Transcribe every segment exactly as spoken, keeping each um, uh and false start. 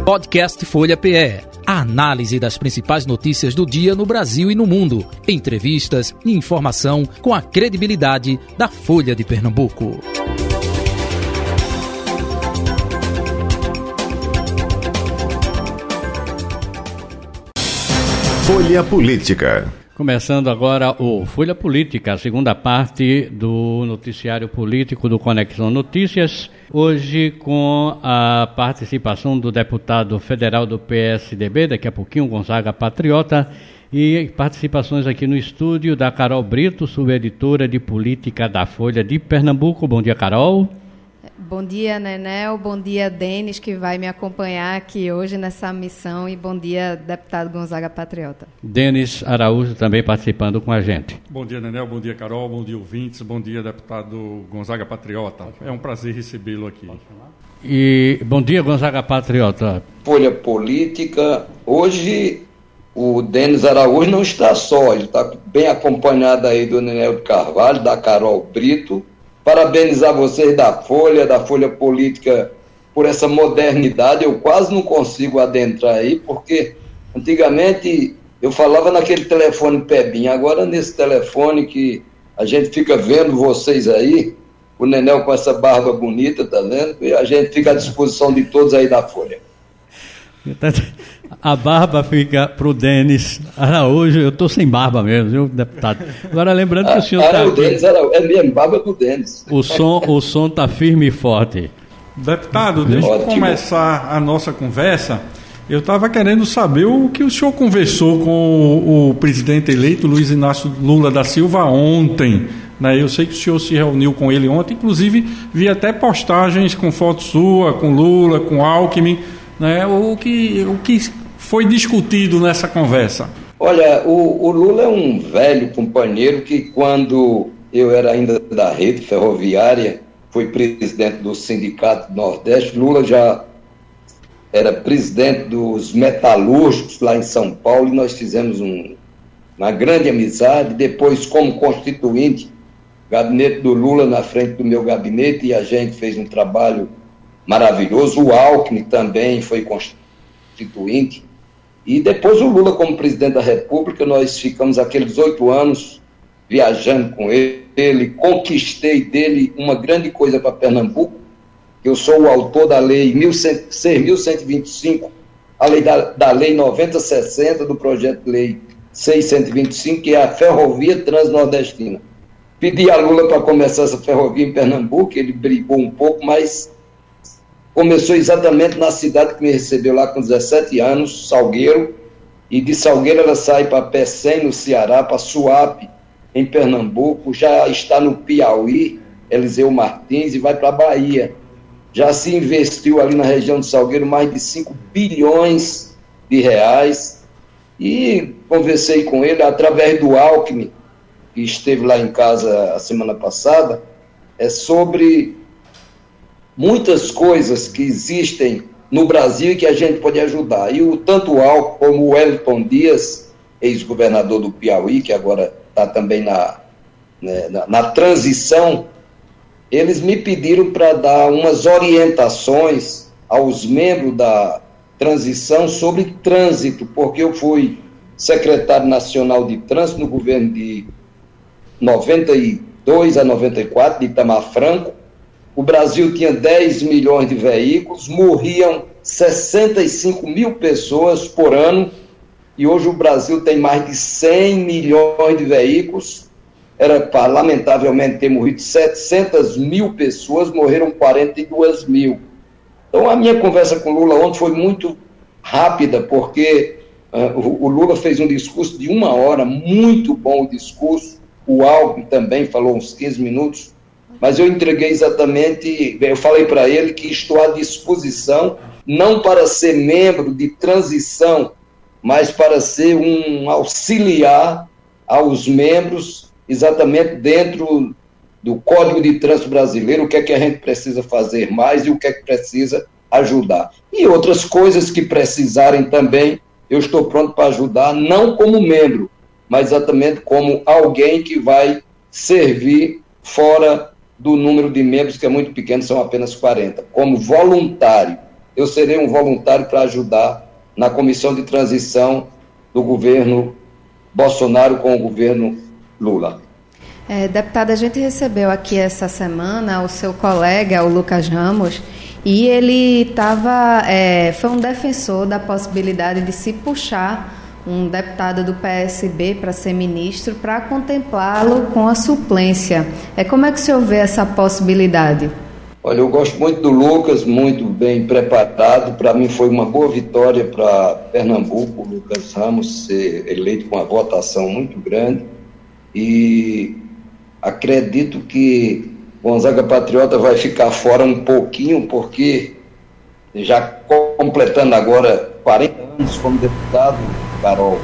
Podcast Folha P E. A análise das principais notícias do dia no Brasil e no mundo. Entrevistas e informação com a credibilidade da Folha de Pernambuco. Folha Política. Começando agora o Folha Política, a segunda parte do noticiário político do Conexão Notícias. Hoje com a participação do deputado federal do P S D B, daqui a pouquinho, Gonzaga Patriota, e participações aqui no estúdio da Carol Brito, subeditora de política da Folha de Pernambuco. Bom dia, Carol. Bom dia, Nenel. Bom dia, Denis, que vai me acompanhar aqui hoje nessa missão. E bom dia, deputado Gonzaga Patriota. Denis Araújo também participando com a gente. Bom dia, Nenel. Bom dia, Carol. Bom dia, ouvintes. Bom dia, deputado Gonzaga Patriota. É um prazer recebê-lo aqui. E bom dia, Gonzaga Patriota. Folha Política. Hoje o Denis Araújo não está só. Ele está bem acompanhado aí do Nenel de Carvalho, da Carol Brito. Parabenizar vocês da Folha, da Folha Política, por essa modernidade. Eu quase não consigo adentrar aí, porque antigamente eu falava naquele telefone Pebinha, agora nesse telefone que a gente fica vendo vocês aí, o Nenel com essa barba bonita, tá vendo? E a gente fica à disposição de todos aí da Folha. A barba fica para o Denis Araújo. Eu estou sem barba mesmo, viu, deputado? Agora lembrando que o senhor está ah, é, é mesmo, barba do Denis. O som o som está firme e forte. Deputado, deixa eu começar a nossa conversa. Eu estava querendo saber o que o senhor conversou com o, o presidente eleito, Luiz Inácio Lula da Silva, ontem. Né? Eu sei que o senhor se reuniu com ele ontem, inclusive vi até postagens com foto sua, com Lula, com Alckmin. Né, o, que, o que foi discutido nessa conversa? Olha, o, o Lula é um velho companheiro que, quando eu era ainda da rede ferroviária, fui presidente do Sindicato do Nordeste. Lula já era presidente dos metalúrgicos lá em São Paulo, e nós fizemos um, uma grande amizade. Depois, como constituinte, gabinete do Lula na frente do meu gabinete, e a gente fez um trabalho maravilhoso. O Alckmin também foi constituinte. E depois o Lula, como presidente da República, nós ficamos aqueles oito anos viajando com ele. ele. Conquistei dele uma grande coisa para Pernambuco. Eu sou o autor da lei seis mil cento e vinte e cinco, a lei da, da lei noventa sessenta, do projeto de lei seiscentos e vinte e cinco, que é a Ferrovia Transnordestina. Pedi a Lula para começar essa ferrovia em Pernambuco, ele brigou um pouco, mas começou exatamente na cidade que me recebeu lá com dezessete anos, Salgueiro, e de Salgueiro ela sai para Pecém, no Ceará, para Suape, em Pernambuco, já está no Piauí, Eliseu Martins, e vai para a Bahia. Já se investiu ali na região de Salgueiro mais de cinco bilhões de reais, e conversei com ele através do Alckmin, que esteve lá em casa a semana passada, é sobre muitas coisas que existem no Brasil e que a gente pode ajudar. E o, tanto o Alckmin como o Wellington Dias, ex-governador do Piauí, que agora está também na, né, na, na transição, eles me pediram para dar umas orientações aos membros da transição sobre trânsito, porque eu fui secretário nacional de trânsito no governo de noventa e dois a noventa e quatro, de Itamar Franco. O Brasil tinha dez milhões de veículos, morriam sessenta e cinco mil pessoas por ano, e hoje o Brasil tem mais de cem milhões de veículos. Era para, lamentavelmente, ter morrido setecentas mil pessoas, morreram quarenta e duas mil. Então, a minha conversa com o Lula ontem foi muito rápida, porque uh, o, o Lula fez um discurso de uma hora, muito bom o discurso. O Alckmin também falou uns quinze minutos. Mas eu entreguei exatamente, eu falei para ele que estou à disposição, não para ser membro de transição, mas para ser um auxiliar aos membros, exatamente dentro do Código de Trânsito Brasileiro, o que é que a gente precisa fazer mais e o que é que precisa ajudar. E outras coisas que precisarem também, eu estou pronto para ajudar, não como membro, mas exatamente como alguém que vai servir fora do número de membros, que é muito pequeno, são apenas quarenta, como voluntário. eu serei um voluntário para ajudar na comissão de transição do governo Bolsonaro com o governo Lula. É, deputada, a gente recebeu aqui essa semana o seu colega, o Lucas Ramos, e ele estava, é, foi um defensor da possibilidade de se puxar um deputado do P S B para ser ministro, para contemplá-lo com a suplência. É, como é que o senhor vê essa possibilidade? Olha, eu gosto muito do Lucas, muito bem preparado. Para mim foi uma boa vitória para Pernambuco, o Lucas Ramos ser eleito com uma votação muito grande. E acredito que Gonzaga Patriota vai ficar fora um pouquinho, porque já completando agora quarenta anos como deputado, Carol,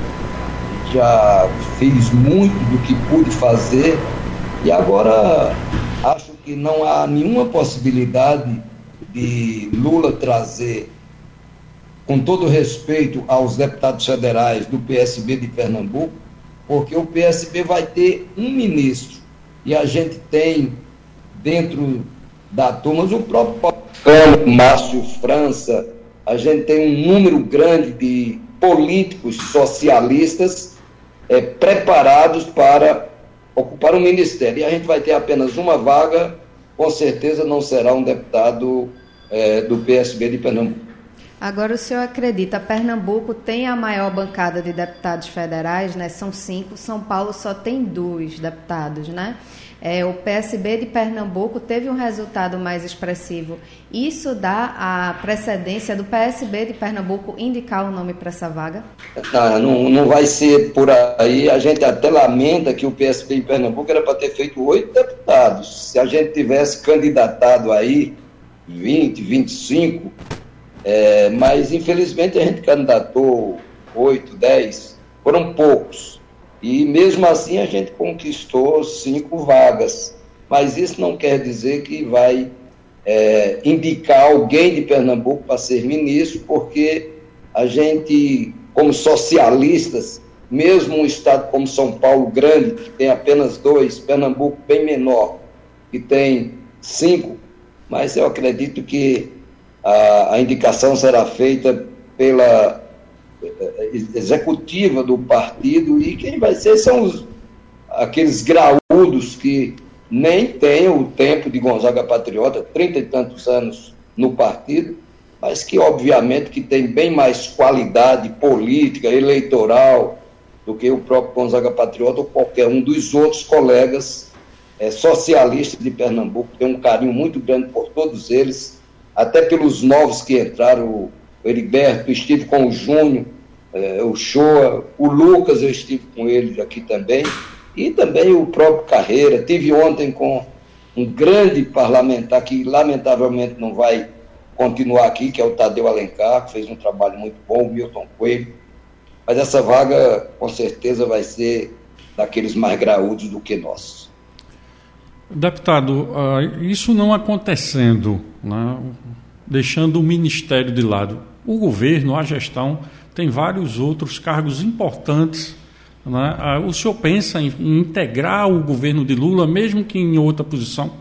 já fiz muito do que pude fazer e agora acho que não há nenhuma possibilidade de Lula trazer, com todo respeito aos deputados federais do P S B de Pernambuco, porque o P S B vai ter um ministro e a gente tem dentro da turma o próprio Paulo, Márcio França, a gente tem um número grande de políticos socialistas é, preparados para ocupar o ministério. E a gente vai ter apenas uma vaga, com certeza não será um deputado é, do P S B de Pernambuco. Agora, o senhor acredita, Pernambuco tem a maior bancada de deputados federais, né? São cinco, São Paulo só tem dois deputados, né? É, o P S B de Pernambuco teve um resultado mais expressivo. Isso dá a precedência do P S B de Pernambuco indicar o nome para essa vaga? Não, não, não vai ser por aí. A gente até lamenta que o P S B de Pernambuco era para ter feito oito deputados. Se a gente tivesse candidatado aí vinte, vinte e cinco, é, mas infelizmente a gente candidatou oito, dez, foram poucos. E mesmo assim a gente conquistou cinco vagas. Mas isso não quer dizer que vai é, indicar alguém de Pernambuco para ser ministro, porque a gente, como socialistas, mesmo um estado como São Paulo grande, que tem apenas dois, Pernambuco bem menor, que tem cinco, mas eu acredito que a, a indicação será feita pela executiva do partido, e quem vai ser são os, aqueles graúdos que nem têm o tempo de Gonzaga Patriota, trinta e tantos anos no partido, mas que obviamente que tem bem mais qualidade política, eleitoral, do que o próprio Gonzaga Patriota ou qualquer um dos outros colegas é, socialistas de Pernambuco. Tem um carinho muito grande por todos eles, até pelos novos que entraram, o Heriberto, estive com o Júnior, é, o Shoa, o Lucas, eu estive com ele aqui também, e também o próprio Carreira. Tive ontem com um grande parlamentar que lamentavelmente não vai continuar aqui, que é o Tadeu Alencar, que fez um trabalho muito bom, o Milton Coelho, mas essa vaga com certeza vai ser daqueles mais graúdos do que nós. Deputado, isso não acontecendo, né, deixando o Ministério de lado, o governo, a gestão, tem vários outros cargos importantes, né? O senhor pensa em, em integrar o governo de Lula, mesmo que em outra posição?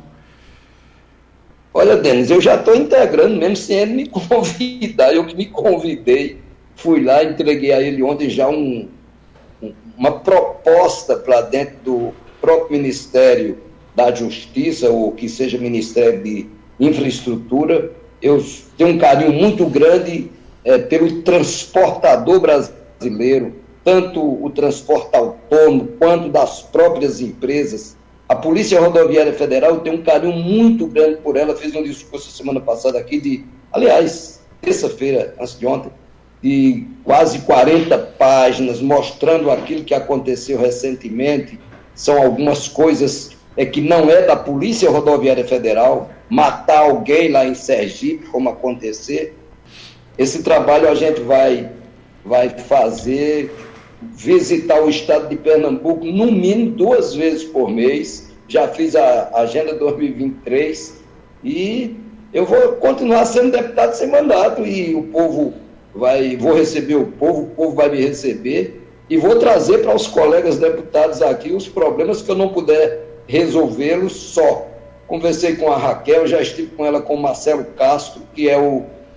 Olha, Denis, eu já estou integrando, mesmo sem ele me convidar. Eu que me convidei, fui lá, entreguei a ele ontem já um, um, uma proposta para dentro do próprio Ministério da Justiça, ou que seja Ministério de Infraestrutura. Eu tenho um carinho muito grande é, pelo transportador brasileiro, tanto o transporte autônomo quanto das próprias empresas. A Polícia Rodoviária Federal tem um carinho muito grande por ela. Fiz um discurso semana passada aqui, de, aliás, terça-feira, antes de ontem, de quase quarenta páginas, mostrando aquilo que aconteceu recentemente. São algumas coisas é, que não é da Polícia Rodoviária Federal, matar alguém lá em Sergipe, como acontecer. Esse trabalho a gente vai, vai fazer, visitar o estado de Pernambuco no mínimo duas vezes por mês. Já fiz a Agenda dois mil e vinte e três e eu vou continuar sendo deputado sem mandato, e o povo vai, vou receber o povo, o povo vai me receber, e vou trazer para os colegas deputados aqui os problemas que eu não puder resolvê-los só. Conversei com a Raquel, já estive com ela, com o Marcelo Castro, que é o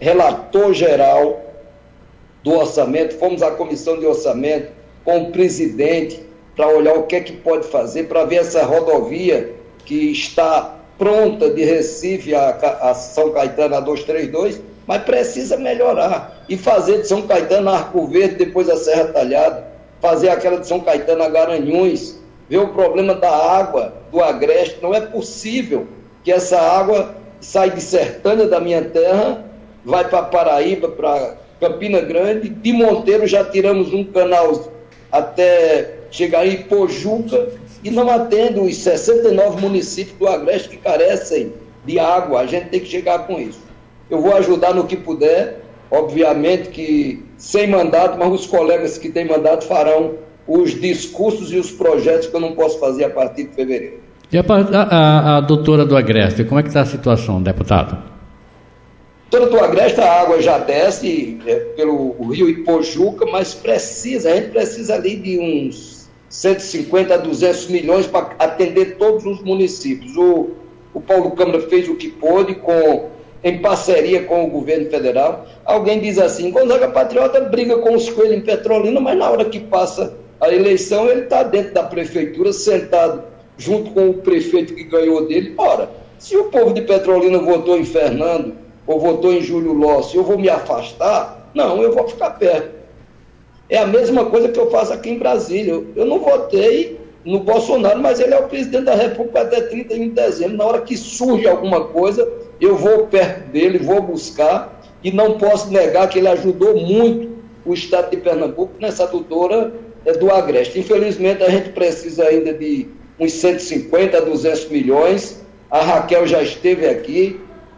relator geral do orçamento, fomos à comissão de orçamento com o presidente para olhar o que é que pode fazer para ver essa rodovia que está pronta de Recife a, a São Caetano a duzentos e trinta e dois, mas precisa melhorar e fazer de São Caetano a Arco Verde, depois a Serra Talhada, fazer aquela de São Caetano a Garanhuns, ver o problema da água do Agreste. Não é possível que essa água saia de Sertânia, da minha terra, vai para Paraíba, para Campina Grande, de Monteiro já tiramos um canal até chegar em Pojuca e não atende os sessenta e nove municípios do Agreste que carecem de água. A gente tem que chegar com isso. Eu vou ajudar no que puder, obviamente que sem mandato, mas os colegas que têm mandato farão os discursos e os projetos que eu não posso fazer a partir de fevereiro. E a, a, a doutora do Agreste, como é que está a situação, deputado? Doutora do Agreste, a água já desce é, pelo rio Ipojuca, mas precisa, a gente precisa ali de uns cento e cinquenta a duzentos milhões para atender todos os municípios. O, o Paulo Câmara fez o que pôde, com, em parceria com o governo federal. Alguém diz assim, Gonzaga Patriota briga com os coelhos em Petrolina, mas na hora que passa a eleição, ele está dentro da prefeitura, sentado junto com o prefeito que ganhou dele. Ora, se o povo de Petrolina votou em Fernando, ou votou em Júlio Lossi, eu vou me afastar? Não, eu vou ficar perto. É a mesma coisa que eu faço aqui em Brasília. Eu, eu não votei no Bolsonaro, mas ele é o presidente da República até trinta e um de dezembro. Na hora que surge alguma coisa, eu vou perto dele, vou buscar, e não posso negar que ele ajudou muito o estado de Pernambuco nessa doutora do Agreste. Infelizmente, a gente precisa ainda de uns cento e cinquenta a duzentos milhões. A Raquel já esteve aqui.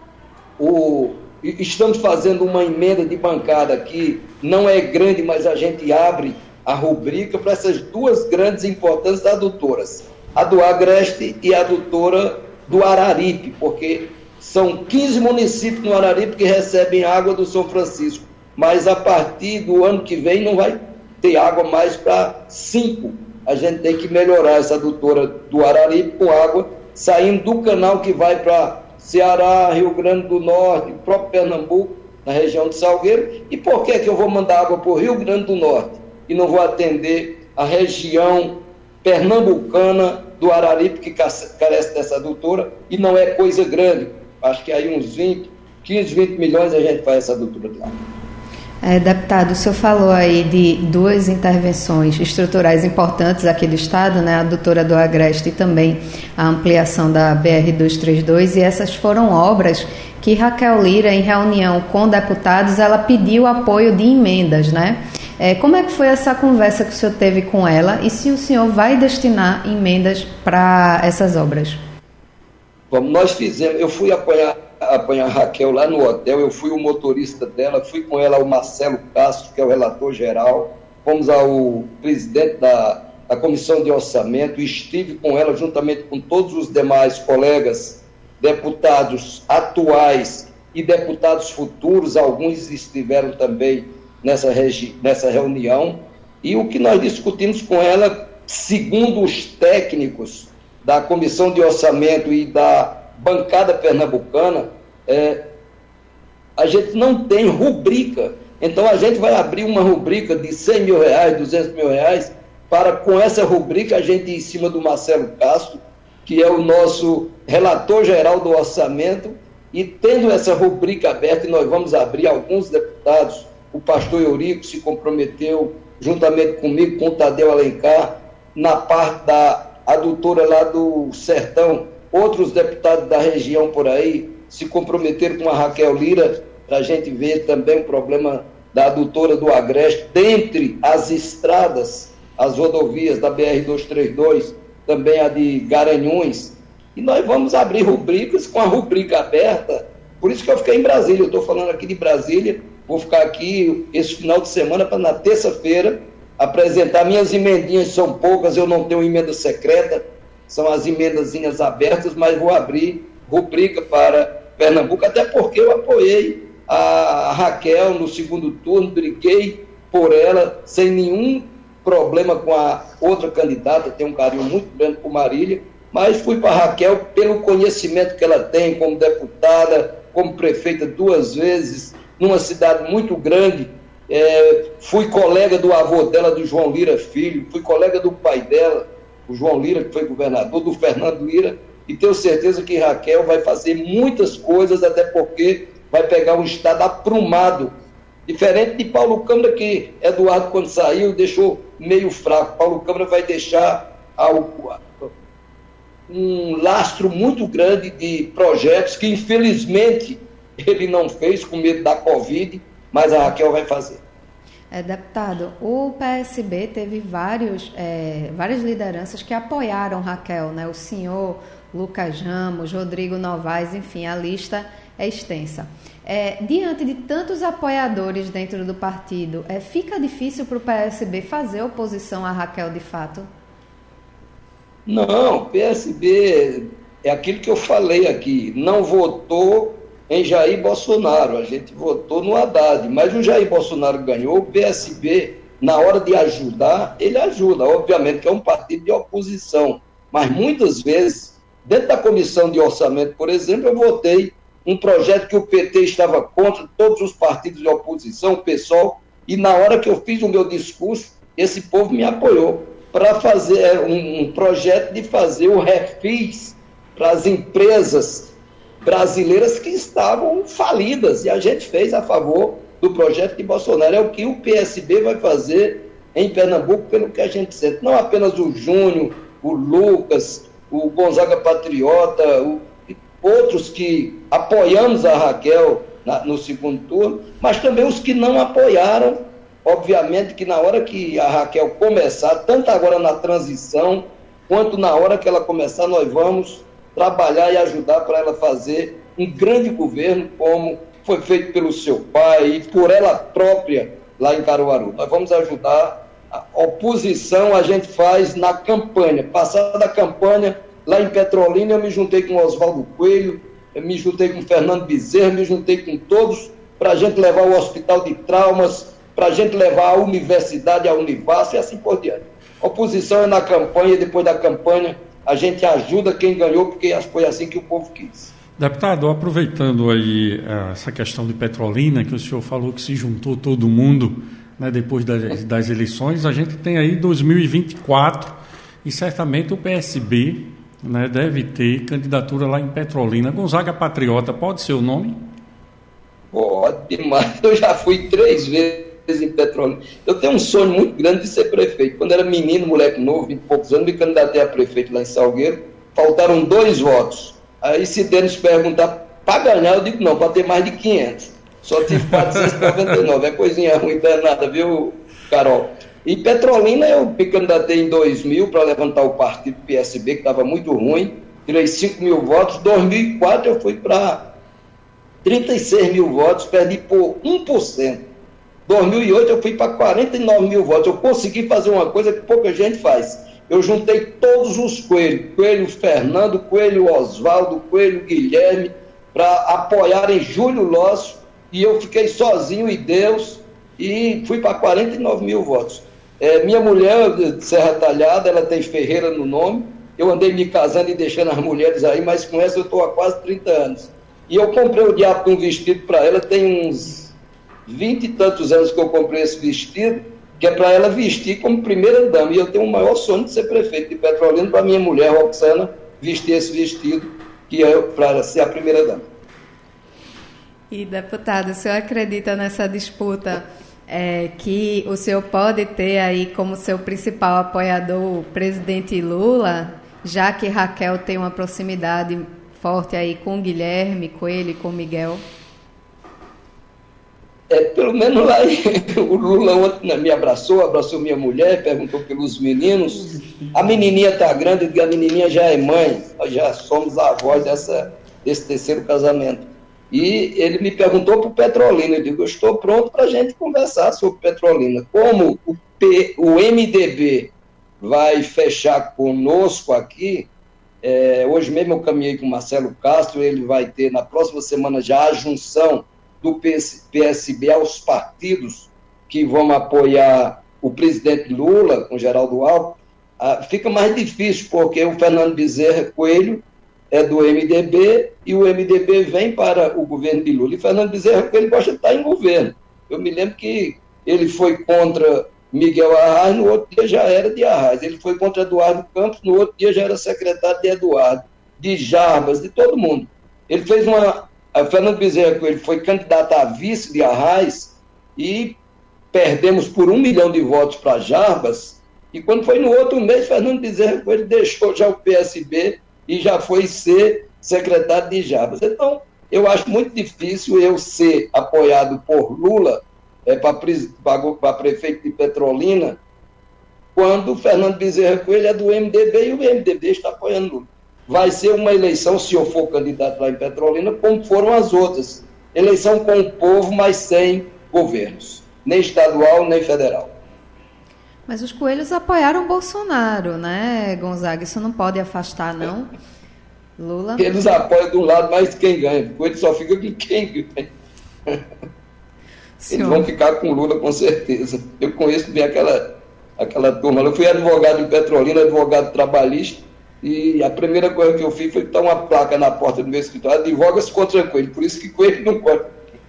O, estamos fazendo uma emenda de bancada aqui, não é grande, mas a gente abre a rubrica para essas duas grandes importâncias adutoras, a do Agreste e a adutora do Araripe, porque são quinze municípios no Araripe que recebem água do São Francisco, mas a partir do ano que vem não vai ter água mais para cinco. A gente tem que melhorar essa adutora do Araripe com água saindo do canal que vai para Ceará, Rio Grande do Norte, o próprio Pernambuco, na região de Salgueiro. E por que que eu vou mandar água para o Rio Grande do Norte e não vou atender a região pernambucana do Araripe, que carece dessa adutora, e não é coisa grande? Acho que aí uns vinte, quinze, vinte milhões a gente faz essa adutora de água. É, deputado, o senhor falou aí de duas intervenções estruturais importantes aqui do Estado, né, a adutora do Agreste e também a ampliação da B R duzentos e trinta e dois, e essas foram obras que Raquel Lira, em reunião com deputados, ela pediu apoio de emendas, né? É, como é que foi essa conversa que o senhor teve com ela e se o senhor vai destinar emendas para essas obras? Bom, nós fizemos, eu fui apoiar apanhar a Raquel lá no hotel, eu fui o motorista dela, fui com ela ao Marcelo Castro, que é o relator geral, fomos ao presidente da, da Comissão de Orçamento, e estive com ela juntamente com todos os demais colegas, deputados atuais e deputados futuros, alguns estiveram também nessa, regi- nessa reunião, e o que nós discutimos com ela, segundo os técnicos da Comissão de Orçamento e da bancada pernambucana, é, a gente não tem rubrica. Então a gente vai abrir uma rubrica de cem mil reais, duzentos mil reais, para com essa rubrica a gente ir em cima do Marcelo Castro, que é o nosso relator geral do orçamento, e tendo essa rubrica aberta, e nós vamos abrir alguns deputados, o pastor Eurico se comprometeu, juntamente comigo, com o Tadeu Alencar, na parte da adutora lá do Sertão. Outros deputados da região por aí se comprometeram com a Raquel Lira para a gente ver também o problema da adutora do Agreste, dentre as estradas, as rodovias da B R duzentos e trinta e dois, também a de Garanhuns. E nós vamos abrir rubricas com a rubrica aberta. Por isso que eu fiquei em Brasília. Eu estou falando aqui de Brasília, vou ficar aqui esse final de semana para na terça-feira apresentar minhas emendinhas. São poucas, eu não tenho emenda secreta, são as emendazinhas abertas, mas vou abrir rubrica para Pernambuco, até porque eu apoiei a Raquel no segundo turno, briguei por ela, sem nenhum problema com a outra candidata, tenho um carinho muito grande por Marília, mas fui para a Raquel pelo conhecimento que ela tem como deputada, como prefeita duas vezes, numa cidade muito grande, é, fui colega do avô dela, do João Lira Filho, fui colega do pai dela, o João Lira, que foi governador, do Fernando Lira, e tenho certeza que Raquel vai fazer muitas coisas, até porque vai pegar um estado aprumado, diferente de Paulo Câmara, que Eduardo, quando saiu, deixou meio fraco. Paulo Câmara vai deixar algo, um lastro muito grande de projetos que, infelizmente, ele não fez com medo da Covid, mas a Raquel vai fazer. É, deputado, o P S B teve vários, é, várias lideranças que apoiaram Raquel, né? O senhor Lucas Ramos, Rodrigo Novaes, enfim, a lista é extensa. É, diante de tantos apoiadores dentro do partido, é, fica difícil para o P S B fazer oposição a Raquel de fato? Não, o P S B é aquilo que eu falei aqui, não votou em Jair Bolsonaro, a gente votou no Haddad, mas o Jair Bolsonaro ganhou, o P S B, na hora de ajudar, ele ajuda, obviamente que é um partido de oposição, mas muitas vezes, dentro da comissão de orçamento, por exemplo, eu votei um projeto que o P T estava contra, todos os partidos de oposição, o PSOL, e na hora que eu fiz o meu discurso, esse povo me apoiou para fazer um, um projeto de fazer o refis para as empresas brasileiras que estavam falidas, e a gente fez a favor do projeto de Bolsonaro. É o que o P S B vai fazer em Pernambuco, pelo que a gente sente. Não apenas o Júnior, o Lucas, o Gonzaga Patriota, o, outros que apoiamos a Raquel na, no segundo turno, mas também os que não apoiaram. Obviamente que na hora que a Raquel começar, tanto agora na transição, quanto na hora que ela começar, nós vamos trabalhar e ajudar para ela fazer um grande governo, como foi feito pelo seu pai e por ela própria lá em Caruaru. Nós vamos ajudar. A oposição a gente faz na campanha. Passada a campanha, lá em Petrolina, eu me juntei com o Oswaldo Coelho, eu me juntei com o Fernando Bezerra, me juntei com todos para a gente levar o Hospital de Traumas, para a gente levar a Universidade, a Univas e assim por diante. A oposição é na campanha, e depois da campanha a gente ajuda quem ganhou, porque foi assim que o povo quis. Deputado, aproveitando aí essa questão de Petrolina, que o senhor falou que se juntou todo mundo, né, depois das, das eleições, a gente tem aí dois mil e vinte e quatro e certamente o P S B, né, deve ter candidatura lá em Petrolina. Gonzaga Patriota, pode ser o nome? Pode demais. Eu já fui três vezes em Petrolina. Eu tenho um sonho muito grande de ser prefeito. Quando era menino, moleque novo, vinte e poucos anos, me candidatei a prefeito lá em Salgueiro. Faltaram dois votos. Aí, se Denis perguntar para ganhar, eu digo não, para ter mais de quinhentos. Só tive quatrocentos e noventa e nove. É coisinha ruim, não é nada, viu, Carol? Em Petrolina, eu me candidatei em dois mil para levantar o partido P S B, que estava muito ruim. Tirei cinco mil votos. Em dois mil e quatro, eu fui para trinta e seis mil votos, perdi por um por cento. Em dois mil e oito, eu fui para quarenta e nove mil votos. Eu consegui fazer uma coisa que pouca gente faz. Eu juntei todos os coelhos, Coelho Fernando, Coelho Oswaldo, Coelho Guilherme, para apoiarem Júlio Lócio, e eu fiquei sozinho e Deus, e fui para quarenta e nove mil votos. É, minha mulher, de Serra Talhada, ela tem Ferreira no nome, eu andei me casando e deixando as mulheres aí, mas com essa eu estou há quase trinta anos. E eu comprei o diabo de um vestido para ela, tem uns vinte e tantos anos que eu comprei esse vestido, que é para ela vestir como primeira dama, e eu tenho o maior sonho de ser prefeito de Petrolina, para minha mulher, Roxana, vestir esse vestido, que é para ser a primeira dama. E, deputado, o senhor acredita nessa disputa é, que o senhor pode ter aí como seu principal apoiador o presidente Lula, já que Raquel tem uma proximidade forte aí com o Guilherme Coelho e com o Miguel? É, pelo menos lá o Lula ontem me abraçou, abraçou minha mulher, perguntou pelos meninos. A menininha está grande, a menininha já é mãe, nós já somos avós dessa, desse terceiro casamento. E ele me perguntou por Petrolina, eu digo, eu estou pronto para a gente conversar sobre Petrolina. Como o, P, o M D B vai fechar conosco aqui, é, hoje mesmo eu caminhei com o Marcelo Castro, ele vai ter na próxima semana já a junção do P S B aos partidos que vão apoiar o presidente Lula, com Geraldo Alckmin, ah, fica mais difícil, porque o Fernando Bezerra Coelho é do M D B e o M D B vem para o governo de Lula. E Fernando Bezerra Coelho ele gosta de estar em governo. Eu me lembro que ele foi contra Miguel Arraes, no outro dia já era de Arraes. Ele foi contra Eduardo Campos, no outro dia já era secretário de Eduardo, de Jarbas, de todo mundo. Ele fez uma... A Fernando Bezerra Coelho foi candidato a vice de Arraes e perdemos por um milhão de votos para Jarbas. E quando foi no outro mês, Fernando Bezerra Coelho deixou já o P S B e já foi ser secretário de Jarbas. Então, eu acho muito difícil eu ser apoiado por Lula é, para prefeito de Petrolina, quando o Fernando Bezerra Coelho é do M D B e o M D B está apoiando Lula. Vai ser uma eleição, se eu for candidato lá em Petrolina, como foram as outras. Eleição com o povo, mas sem governos, nem estadual, nem federal. Mas os coelhos apoiaram Bolsonaro, né, Gonzaga? Isso não pode afastar, não? Lula? Eles apoiam de um lado, mas quem ganha? O coelho só fica com quem ganha. Eles vão ficar com Lula, com certeza. Eu conheço bem aquela, aquela turma. Eu fui advogado em Petrolina, advogado trabalhista, e a primeira coisa que eu fiz foi botar uma placa na porta do meu escritório: advoga-se contra coelho. Por isso que coelho não pode.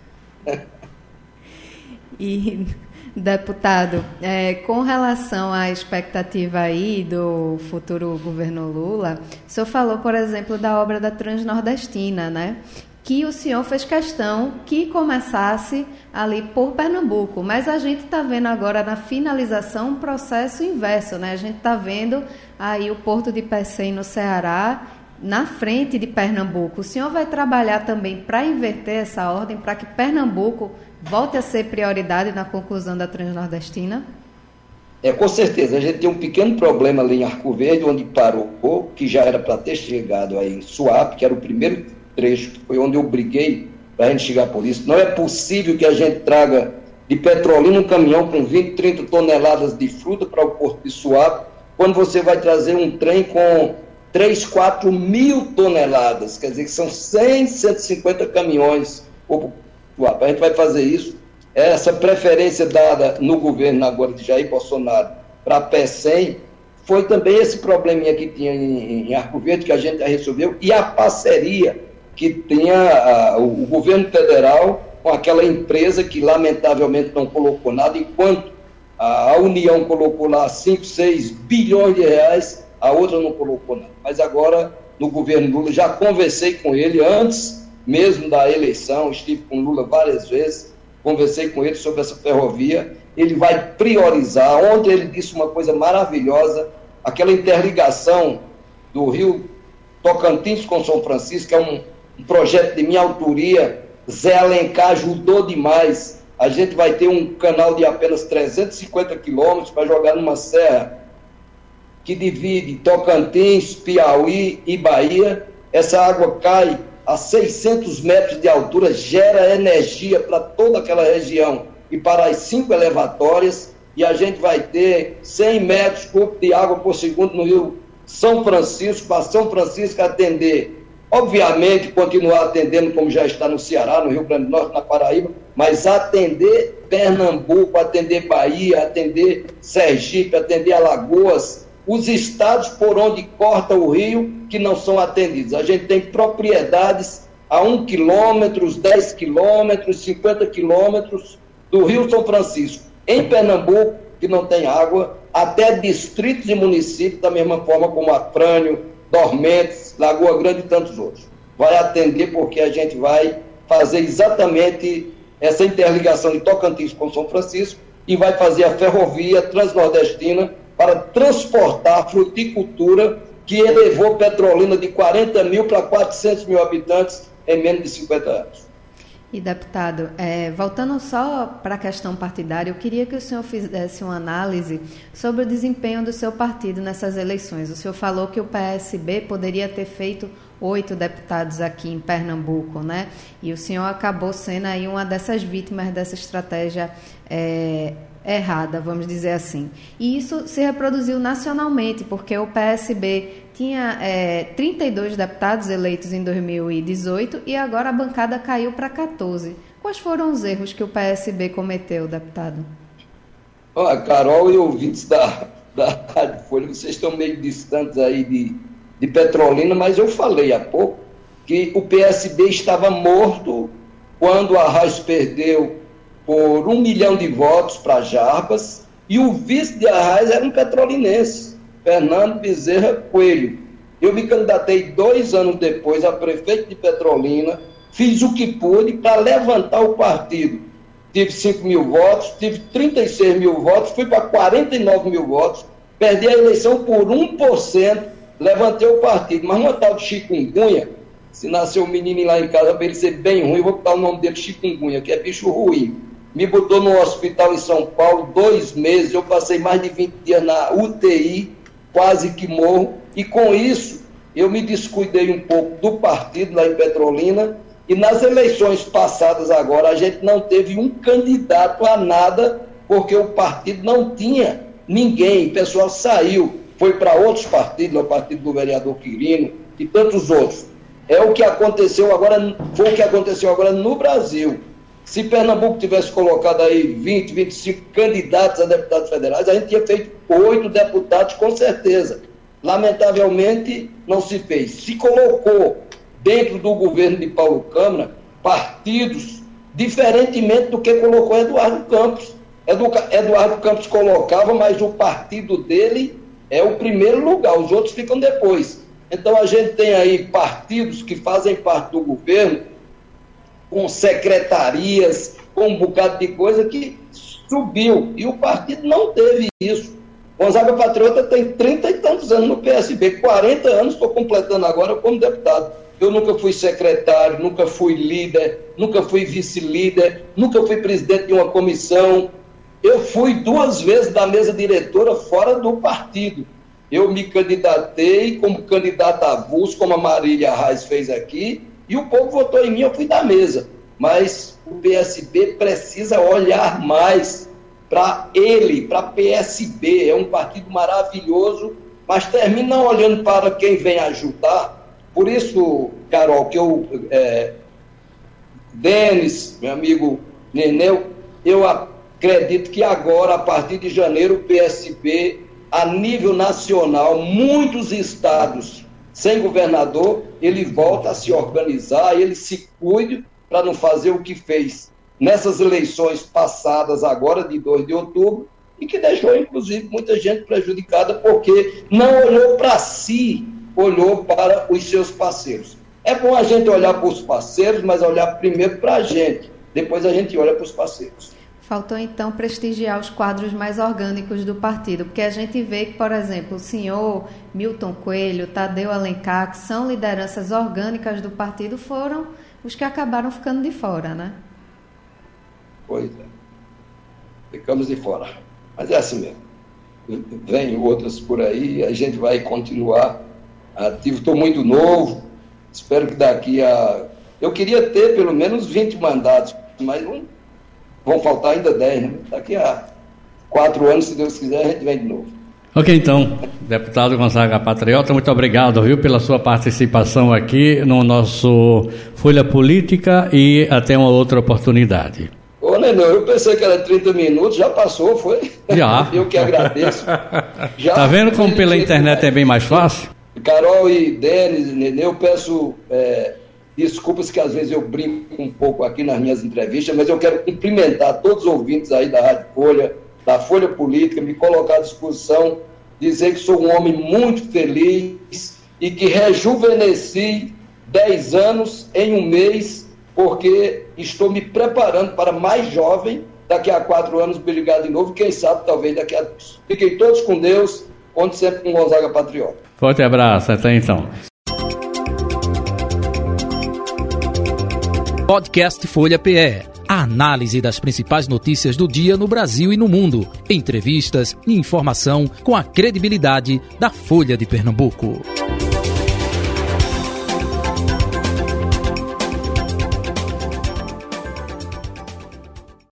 E, deputado, é, com relação à expectativa aí do futuro governo Lula, o senhor falou, por exemplo, da obra da Transnordestina, né? Que o senhor fez questão que começasse ali por Pernambuco, mas a gente está vendo agora na finalização um processo inverso, né? A gente está vendo aí o Porto de Pecém no Ceará, na frente de Pernambuco. O senhor vai trabalhar também para inverter essa ordem, para que Pernambuco volte a ser prioridade na conclusão da Transnordestina? É, com certeza. A gente tem um pequeno problema ali em Arco Verde, onde parou, que já era para ter chegado aí em Suape, que era o primeiro trecho, que foi onde eu briguei para a gente chegar por isso. Não é possível que a gente traga de Petrolina um caminhão com vinte, trinta toneladas de fruta para o Porto de Suape, quando você vai trazer um trem com três, quatro mil toneladas, quer dizer que são cem, cento e cinquenta caminhões. A gente vai fazer isso. Essa preferência dada no governo agora de Jair Bolsonaro para Pecém foi também esse probleminha que tinha em, em Arco Verde, que a gente já resolveu, e a parceria que tinha a, o, o governo federal com aquela empresa que lamentavelmente não colocou nada, enquanto a, a União colocou lá cinco, seis bilhões de reais, a outra não colocou nada. Mas agora, no governo Lula, já conversei com ele antes mesmo da eleição, estive com Lula várias vezes, conversei com ele sobre essa ferrovia. Ele vai priorizar. Ontem ele disse uma coisa maravilhosa, aquela interligação do Rio Tocantins com São Francisco, que é um, um projeto de minha autoria. Zé Alencar ajudou demais. A gente vai ter um canal de apenas trezentos e cinquenta quilômetros para jogar numa serra que divide Tocantins, Piauí e Bahia. Essa água cai a seiscentos metros de altura, gera energia para toda aquela região e para as cinco elevatórias, e a gente vai ter cem metros cúbicos de água por segundo no Rio São Francisco, para São Francisco atender, obviamente continuar atendendo como já está no Ceará, no Rio Grande do Norte, na Paraíba, mas atender Pernambuco, atender Bahia, atender Sergipe, atender Alagoas, os estados por onde corta o rio que não são atendidos. A gente tem propriedades a um quilômetro, dez quilômetros, cinquenta quilômetros do Rio São Francisco, em Pernambuco, que não tem água, até distritos e municípios, da mesma forma como Afrânio, Dormentes, Lagoa Grande e tantos outros. Vai atender porque a gente vai fazer exatamente essa interligação de Tocantins com São Francisco e vai fazer a ferrovia transnordestina para transportar a fruticultura que elevou Petrolina de quarenta mil para quatrocentos mil habitantes em menos de cinquenta anos. E, deputado, é, voltando só para a questão partidária, eu queria que o senhor fizesse uma análise sobre o desempenho do seu partido nessas eleições. O senhor falou que o P S B poderia ter feito oito deputados aqui em Pernambuco, né? E o senhor acabou sendo aí uma dessas vítimas dessa estratégia é, errada, vamos dizer assim. E isso se reproduziu nacionalmente, porque o P S B tinha é, trinta e dois deputados eleitos em dois mil e dezoito e agora a bancada caiu para quatorze. Quais foram os erros que o P S B cometeu, deputado? Olha, Carol e ouvintes da, da Rádio Folha, vocês estão meio distantes aí de, de Petrolina, mas eu falei há pouco que o P S B estava morto quando a Arraes perdeu por um milhão de votos para Jarbas, e o vice de Arraes era um petrolinense, Fernando Bezerra Coelho. Eu me candidatei dois anos depois a prefeito de Petrolina, fiz o que pude para levantar o partido. Tive cinco mil votos, tive trinta e seis mil votos, fui para quarenta e nove mil votos, perdi a eleição por um por cento, levantei o partido. Mas uma tal de chikungunya, se nasceu um menino lá em casa para ele ser bem ruim, eu vou botar o nome dele chikungunya, que é bicho ruim. Me botou no hospital em São Paulo, dois meses, eu passei mais de vinte dias na U T I, quase que morro, e com isso eu me descuidei um pouco do partido lá em Petrolina, e nas eleições passadas agora a gente não teve um candidato a nada, porque o partido não tinha ninguém, o pessoal saiu, foi para outros partidos, o partido do vereador Quirino e tantos outros. É o que aconteceu agora, foi o que aconteceu agora no Brasil. Se Pernambuco tivesse colocado aí vinte, vinte e cinco candidatos a deputados federais, a gente tinha feito oito deputados com certeza. Lamentavelmente, não se fez. Se colocou dentro do governo de Paulo Câmara partidos diferentemente do que colocou Eduardo Campos. Eduardo Campos colocava, mas o partido dele é o primeiro lugar, os outros ficam depois. Então a gente tem aí partidos que fazem parte do governo, com secretarias, com um bocado de coisa que subiu, e o partido não teve isso. Gonzaga Patriota tem trinta e tantos anos no P S B, quarenta anos estou completando agora como deputado. Eu nunca fui secretário, nunca fui líder, nunca fui vice-líder, nunca fui presidente de uma comissão. Eu fui duas vezes da mesa diretora fora do partido. Eu me candidatei como candidato avulso, como a Marília Arraes fez aqui, e o povo votou em mim, eu fui da mesa. Mas o P S B precisa olhar mais para ele, para P S B. É um partido maravilhoso, mas termina olhando para quem vem ajudar. Por isso, Carol, que eu, é, Denis, meu amigo Neneu, eu acredito que agora, a partir de janeiro, o P S B, a nível nacional, muitos estados sem governador, ele volta a se organizar, ele se cuide para não fazer o que fez nessas eleições passadas, agora de dois de outubro, e que deixou, inclusive, muita gente prejudicada porque não olhou para si, olhou para os seus parceiros. É bom a gente olhar para os parceiros, mas olhar primeiro para a gente, depois a gente olha para os parceiros. Faltou, então, prestigiar os quadros mais orgânicos do partido, porque a gente vê que, por exemplo, o senhor Milton Coelho, Tadeu Alencar, que são lideranças orgânicas do partido, foram os que acabaram ficando de fora, né? Pois é. Ficamos de fora. Mas é assim mesmo. Vem outras por aí, a gente vai continuar ativo. Estou muito novo, espero que daqui a... Eu queria ter pelo menos vinte mandatos, mas não... vão faltar ainda dez, né? Daqui a quatro anos, se Deus quiser, a gente vem de novo. Ok, então, deputado Gonzaga Patriota, muito obrigado, viu, pela sua participação aqui no nosso Folha Política, e até uma outra oportunidade. Ô, Nenê, eu pensei que era trinta minutos, já passou, foi? Já. Eu que agradeço. Já. Tá vendo como pela internet é bem mais fácil? Carol e Denis, Nenê, eu peço... É... desculpas que às vezes eu brinco um pouco aqui nas minhas entrevistas, mas eu quero cumprimentar todos os ouvintes aí da Rádio Folha, da Folha Política, me colocar à disposição, dizer que sou um homem muito feliz e que rejuvenesci dez anos em um mês, porque estou me preparando para mais jovem, daqui a quatro anos me ligar de novo, quem sabe talvez daqui a dois. Fiquem todos com Deus, conte sempre com Gonzaga Patriota. Forte abraço, até então. Podcast Folha P E. A análise das principais notícias do dia no Brasil e no mundo. Entrevistas e informação com a credibilidade da Folha de Pernambuco.